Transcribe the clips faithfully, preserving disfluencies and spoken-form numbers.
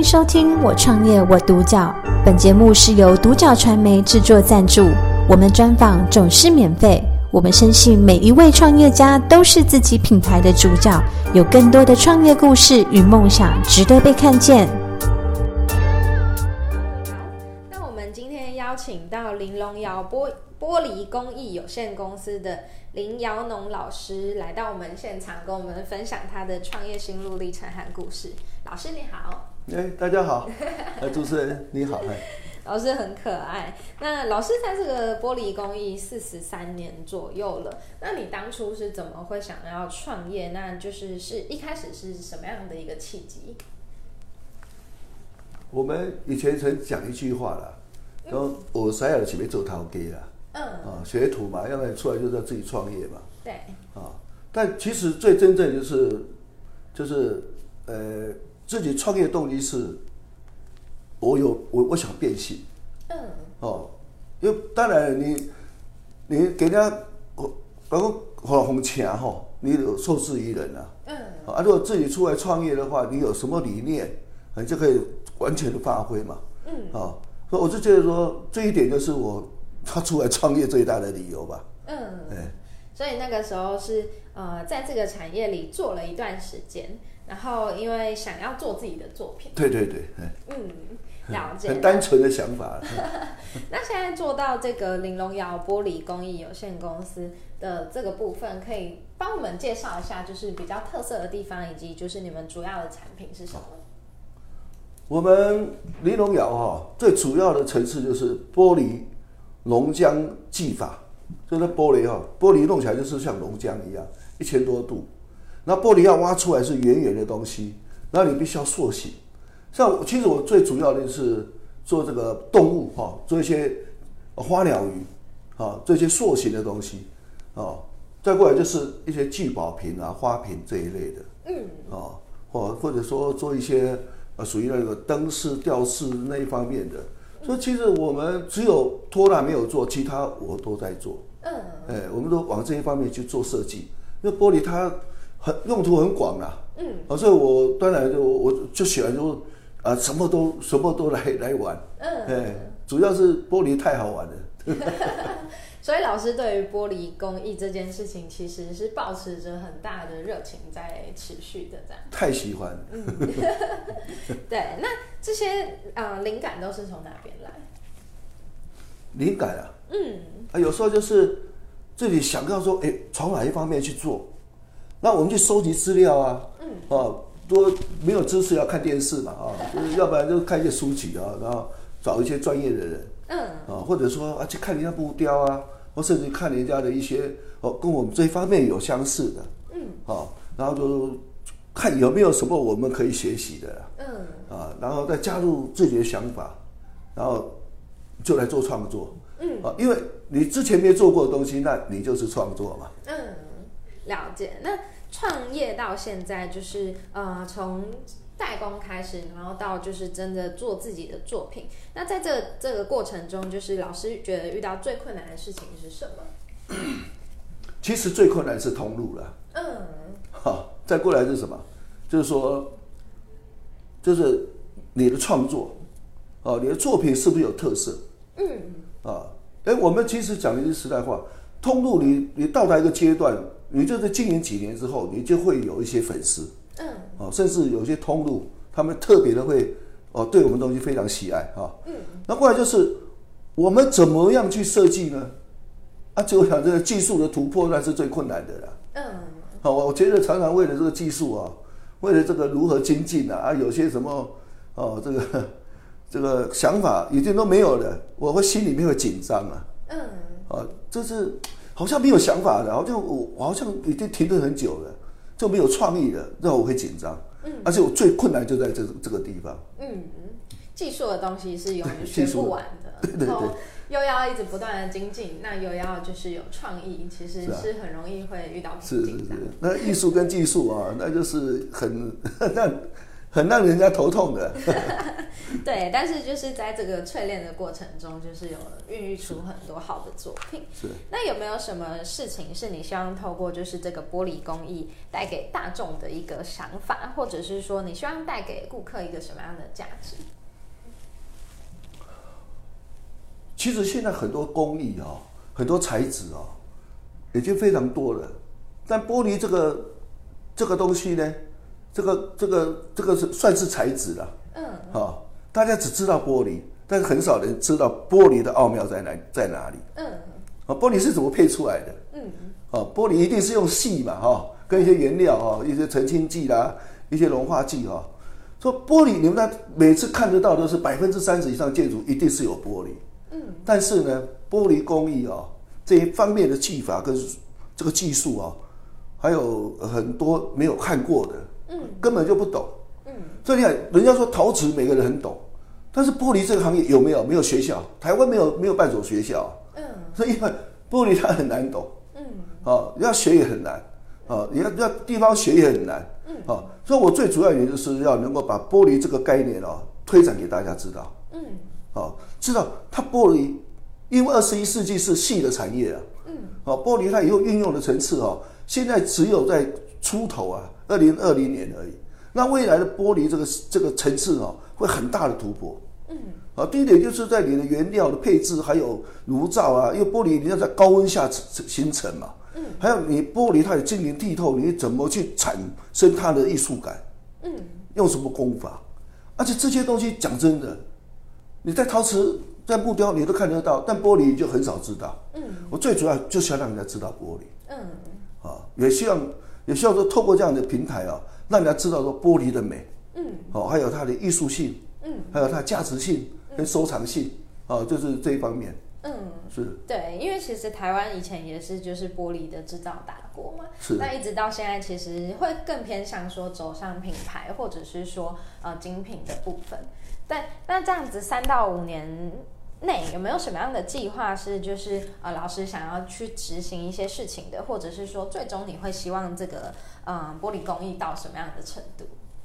收听我创业我独角，本节目是由独角传媒制作赞助，我们专访总是免费。我们深信每一位创业家都是自己品牌的主角，有更多的创业故事与梦想值得被看见。 那我们今天邀请到林龙窑玻玻璃工艺有限公司的林尧农老师来到我们现场，跟我们分享他的创业心路历程和故事。老师你好。 哎，大家好。呃，主持人你好。 老师很可爱。那老师在这个玻璃工艺四十三年左右了，那你当初是怎么会想要创业？那就是是一开始是什么样的一个契机？ 我们以前曾讲一句话啦，说我谁要准备做头家啦，嗯，啊，学徒嘛，要不然出来就是要自己创业嘛， 对， 啊，但其实最真正就是就是呃，自己创业动机是。我有我我想变现，嗯，哦，因为当然你你给人家包括红红钱哈，你有受制于人啊，嗯，啊，如果自己出来创业的话，你有什么理念，你就可以完全的发挥嘛，嗯，啊，所以我就觉得说这一点就是我他出来创业最大的理由吧，嗯， 哎，所以那个时候是呃在这个产业里做了一段时间，然后因为想要做自己的作品， 对对对， 嗯。了解， 很单纯的想法。 那现在做到这个林龙窑玻璃工艺有限公司的这个部分，可以帮我们介绍一下，就是比较特色的地方，以及就是你们主要的产品是什么？ 我们林龙窑哈，最主要的层次就是玻璃熔浆技法，就是玻璃哈，玻璃弄起来就是像熔浆一样，一千多度，那玻璃要挖出来是圆圆的东西，那你必须要塑形。像其实我最主要的是做这个动物哈，做一些花鸟鱼啊，做一些塑形的东西啊，再过来就是一些聚宝瓶啊、花瓶这一类的，嗯，啊，或或者说做一些呃属于那个灯饰、吊饰那一方面的，所以其实我们只有拖拉没有做，其他我都在做，嗯，哎，我们都往这一方面去做设计，因为玻璃它很用途很广啊，嗯，啊，所以我当然就我就喜欢就。啊，什么都什么都来来玩，嗯，哎，主要是玻璃太好玩了。 所以老师对于玻璃工艺这件事情，其实是抱持着很大的热情在持续的这样。 太喜欢了。 嗯、对，那这些呃灵感都是从哪边来？ 灵感啊，嗯，啊，有时候就是自己想到说，哎，从哪一方面去做，那我们去收集资料啊，嗯，啊。多没有知识要看电视嘛啊，就是要不然就看一些书籍啊，然后找一些专业的人，嗯，啊，或者说啊去看人家布雕啊，或甚至看人家的一些哦跟我们这一方面有相似的，嗯，啊，然后就看有没有什么我们可以学习的，嗯，啊，然后再加入自己的想法，然后就来做创作，嗯，啊，因为你之前没做过的东西，那你就是创作嘛， 嗯，了解。那创业到现在，就是呃，从代工开始，然后到就是真的做自己的作品。那在这这个过程中，就是老师觉得遇到最困难的事情是什么？ 其实最困难是通路了。嗯。好，再过来是什么？就是说，就是你的创作，哦，你的作品是不是有特色？嗯。啊，哎，我们其实讲一句实在话，通路你你到达一个阶段。你就是经营几年之后，你就会有一些粉丝，嗯，哦，甚至有些通路，他们特别的会哦，对我们东西非常喜爱啊，嗯，那过来就是我们怎么样去设计呢？啊，就我想这个技术的突破那是最困难的啦，嗯，好，我觉得常常为了这个技术啊，为了这个如何精进啊，啊，有些什么哦，这个这个想法已经都没有了，我会心里面会紧张啊，嗯，啊，这是。好像没有想法的，好像我好像已经停顿很久了，就没有创意了，让我会紧张。嗯，而且我最困难就在这这个地方。嗯， 技术的东西是永远学不完的， 对对对， 然后又要一直不断的精进，那又要就是有创意，其实是很容易会遇到瓶颈的。是是是， 那艺术跟技术啊，那就是很很让很让人家头痛的。 对，但是就是在这个淬炼的过程中，就是有孕育出很多好的作品。 是。 那有没有什么事情是你希望透过就是这个玻璃工艺带给大众的一个想法，或者是说你希望带给顾客一个什么样的价值？ 其实现在很多工艺啊，很多材质啊，已经非常多了。但玻璃这个这个东西呢，这个这个这个是算是材质了。嗯。啊，大家只知道玻璃，但是很少人知道玻璃的奥妙在哪在哪里。嗯。啊，玻璃是怎么配出来的？嗯。啊，玻璃一定是用锡嘛，哈、啊，跟一些原料哈、啊，一些澄清剂啦，一些融化剂哈、啊。说玻璃，你们在每次看得到都是百分之三十以上建筑一定是有玻璃。嗯，但是呢，玻璃工艺啊，这一方面的技法跟这个技术啊，还有很多没有看过的，嗯，根本就不懂，嗯，所以你看，人家说陶瓷每个人很懂，但是玻璃这个行业有没有？没有学校，台湾没有没有半所学校，嗯，所以因为玻璃它很难懂，嗯，啊，要学也很难，啊，你要要地方学也很难，嗯，啊，所以我最主要原因就是要能够把玻璃这个概念啊推展给大家知道，嗯。哦，知道它玻璃，因为二十一世纪是细的产业啊，嗯，哦，玻璃它以后运用的层次哦，现在只有在出头啊，二零二零年而已。那未来的玻璃这个这个层次哦，会很大的突破，嗯，啊，第一点就是在你的原料的配置，还有炉灶啊，因为玻璃你要在高温下形成嘛，嗯，还有你玻璃它有晶莹剔透，你怎么去产生它的艺术感，嗯，用什么工法，而且这些东西讲真的。你在陶瓷、在木雕，你都看得到，但玻璃就很少知道。嗯，我最主要就是要让人家知道玻璃。嗯，啊，也希望也希望说透过这样的平台啊，让人家知道说玻璃的美。嗯，哦，还有它的艺术性。嗯，还有它的价值性跟收藏性。啊，就是这一方面。嗯，是。 对，因为其实台湾以前也是就是玻璃的制造大国嘛。是。那一直到现在，其实会更偏向说走上品牌，或者是说呃精品的部分。但那这样子三到五年内有没有什么样的计划是就是呃老师想要去执行一些事情的，或者是说最终你会希望这个嗯玻璃工艺到什么样的程度？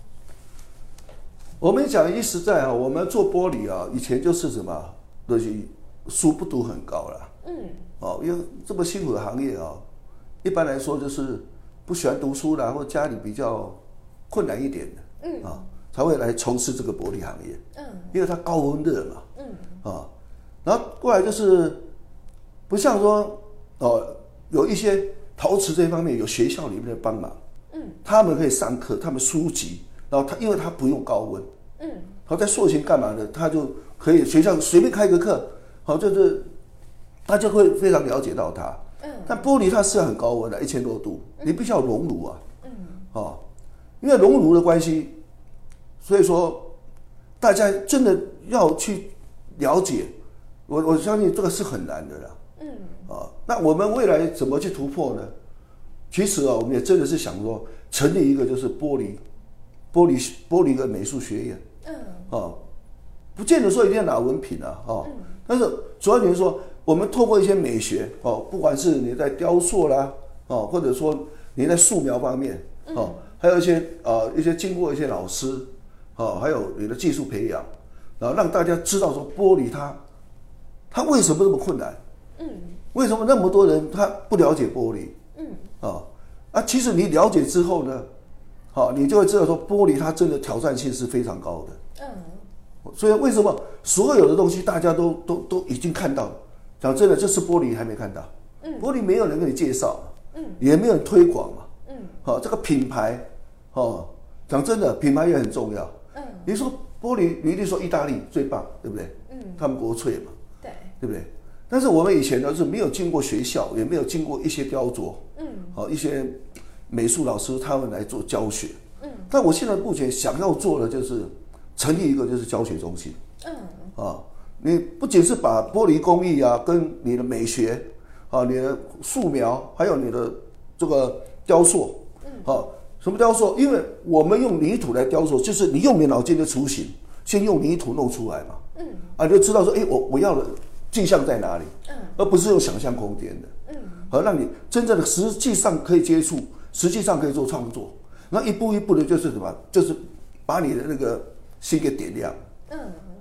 我们讲一实在啊，我们做玻璃啊，以前就是什么，就是书不读很高啦。嗯。哦，因为这么辛苦的行业啊，一般来说就是不喜欢读书啦，或家里比较困难一点的。嗯。啊。才会来从事这个玻璃行业，嗯，因为它高温热嘛，嗯，啊，然后过来就是不像说哦，有一些陶瓷这方面有学校里面的帮忙，嗯，他们可以上课，他们书籍，然后他因为他不用高温，嗯，好在塑形干嘛呢？他就可以学校随便开个课，好就是大家会非常了解到它，嗯，但玻璃它是很高温的，一千多度，你必须要熔炉啊，嗯，哦，因为熔炉的关系。所以说，大家真的要去了解，我我相信这个是很难的啦。嗯。啊，那我们未来怎么去突破呢？其实啊，我们也真的是想说，成立一个就是玻璃，玻璃玻璃的美术学院。嗯。啊，不见得说一定要拿文凭啊，哦、嗯。但是主要就是说，我们透过一些美学哦，不管是你在雕塑啦，哦，或者说你在素描方面，哦，嗯、还有一些呃一些经过一些老师。哦，还有你的技术培养，然后让大家知道说玻璃它，它为什么那么困难？嗯，为什么那么多人他不了解玻璃？嗯，啊，啊，其实你了解之后呢，好，你就会知道说玻璃它真的挑战性是非常高的。嗯，所以为什么所有的东西大家都都都已经看到了？讲真的，就是玻璃还没看到。嗯，玻璃没有人跟你介绍，嗯，也没有人推广嘛。嗯，好，这个品牌，哦，讲真的，品牌也很重要。你说玻璃，你一定说意大利最棒，对不对？嗯，他们国粹嘛，对，对不对？但是我们以前呢是没有经过学校，也没有经过一些雕琢，嗯，好一些美术老师他们来做教学，嗯。但我现在目前想要做的就是成立一个就是教学中心，嗯，啊，你不仅是把玻璃工艺啊，跟你的美学啊，你的素描，还有你的这个雕塑，嗯，啊。什么雕塑？因为我们用泥土来雕塑，就是你用你脑筋的雏形，先用泥土弄出来嘛。嗯。啊，你就知道说，哎，我我要的镜像在哪里？嗯。而不是用想象空间的。嗯。而让你真正的实际上可以接触，实际上可以做创作。那一步一步的，就是什么？就是把你的那个心给点亮。嗯。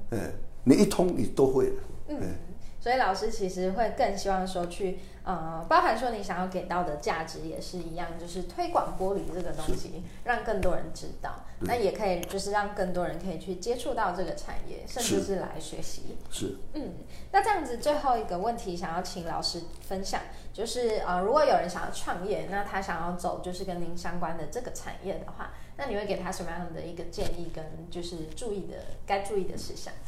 哎，你一通你都会了。 嗯，所以老师其实会更希望说去，呃，包含说你想要给到的价值也是一样，就是推广玻璃这个东西，让更多人知道，那也可以就是让更多人可以去接触到这个产业，甚至是来学习。 是， 嗯，那这样子最后一个问题想要请老师分享，就是呃，如果有人想要创业，那他想要走就是跟您相关的这个产业的话，那你会给他什么样的一个建议跟就是注意的该注意的事项？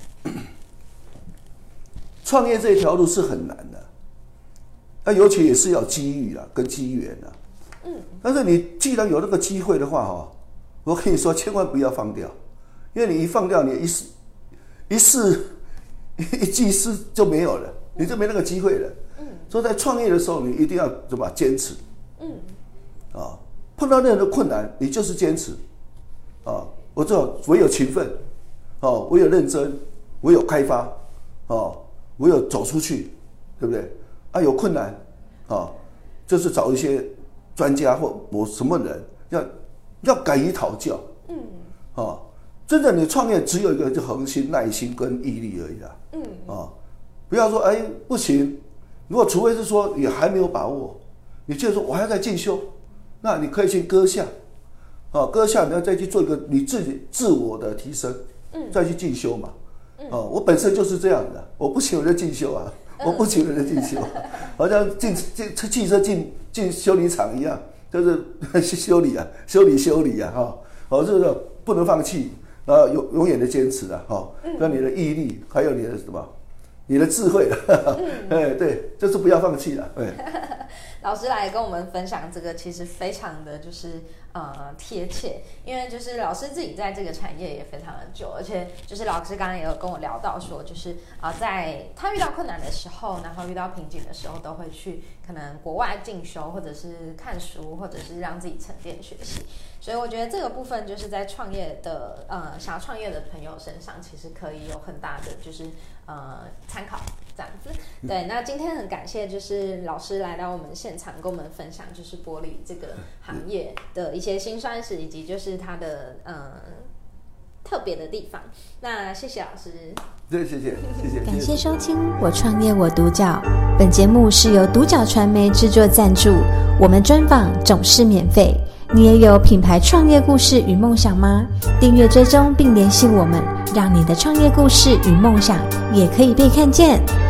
创业这条路是很难的，那尤其也是要机遇啊，跟机缘啊。嗯。但是你既然有那个机会的话，哈，我跟你说，千万不要放掉，因为你一放掉，你一试一试一技失就没有了，你就没那个机会了。嗯。所以在创业的时候，你一定要怎么坚持？嗯。啊，碰到任何的困难，你就是坚持。啊，我知道唯有勤奋，哦，唯有认真，唯有开发，哦。唯有走出去，对不对？啊，有困难，啊，就是找一些专家或某什么人，要要敢于讨教，嗯，啊，真的，你创业只有一个，就恒心、耐心跟毅力而已啦，嗯，啊，不要说哎不行，如果除非是说你还没有把握，你觉得说我还要再进修，那你可以去搁下，啊，搁下你要再去做一个你自己自我的提升，嗯，再去进修嘛。哦，我本身就是这样的，我不行我就进修啊，我不行我就进修，好像进进汽车进进修理厂一样，就是修理啊，修理修理啊，哈，哦，这个不能放弃，然后永永远的坚持啊，哈，那你的毅力，还有你的什么，你的智慧，哎，对，就是不要放弃了，哎。 老师来跟我们分享这个，其实非常的就是呃贴切，因为就是老师自己在这个产业也非常的久，而且就是老师刚刚也有跟我聊到说，就是啊、呃，在他遇到困难的时候，然后遇到瓶颈的时候，都会去可能国外进修，或者是看书，或者是让自己沉淀学习。所以我觉得这个部分就是在创业的呃想要创业的朋友身上，其实可以有很大的就是呃参考这样子。对，那今天很感谢就是老师来到我们现场跟我们分享就是玻璃这个行业的一些辛酸史，以及就是它的呃特别的地方。那谢谢老师。 对，谢谢，谢谢。 感谢收听《我创业我独角》，本节目是由独角传媒制作赞助，我们专访总是免费。你也有品牌创业故事与梦想吗？订阅追踪并联系我们，让你的创业故事与梦想也可以被看见。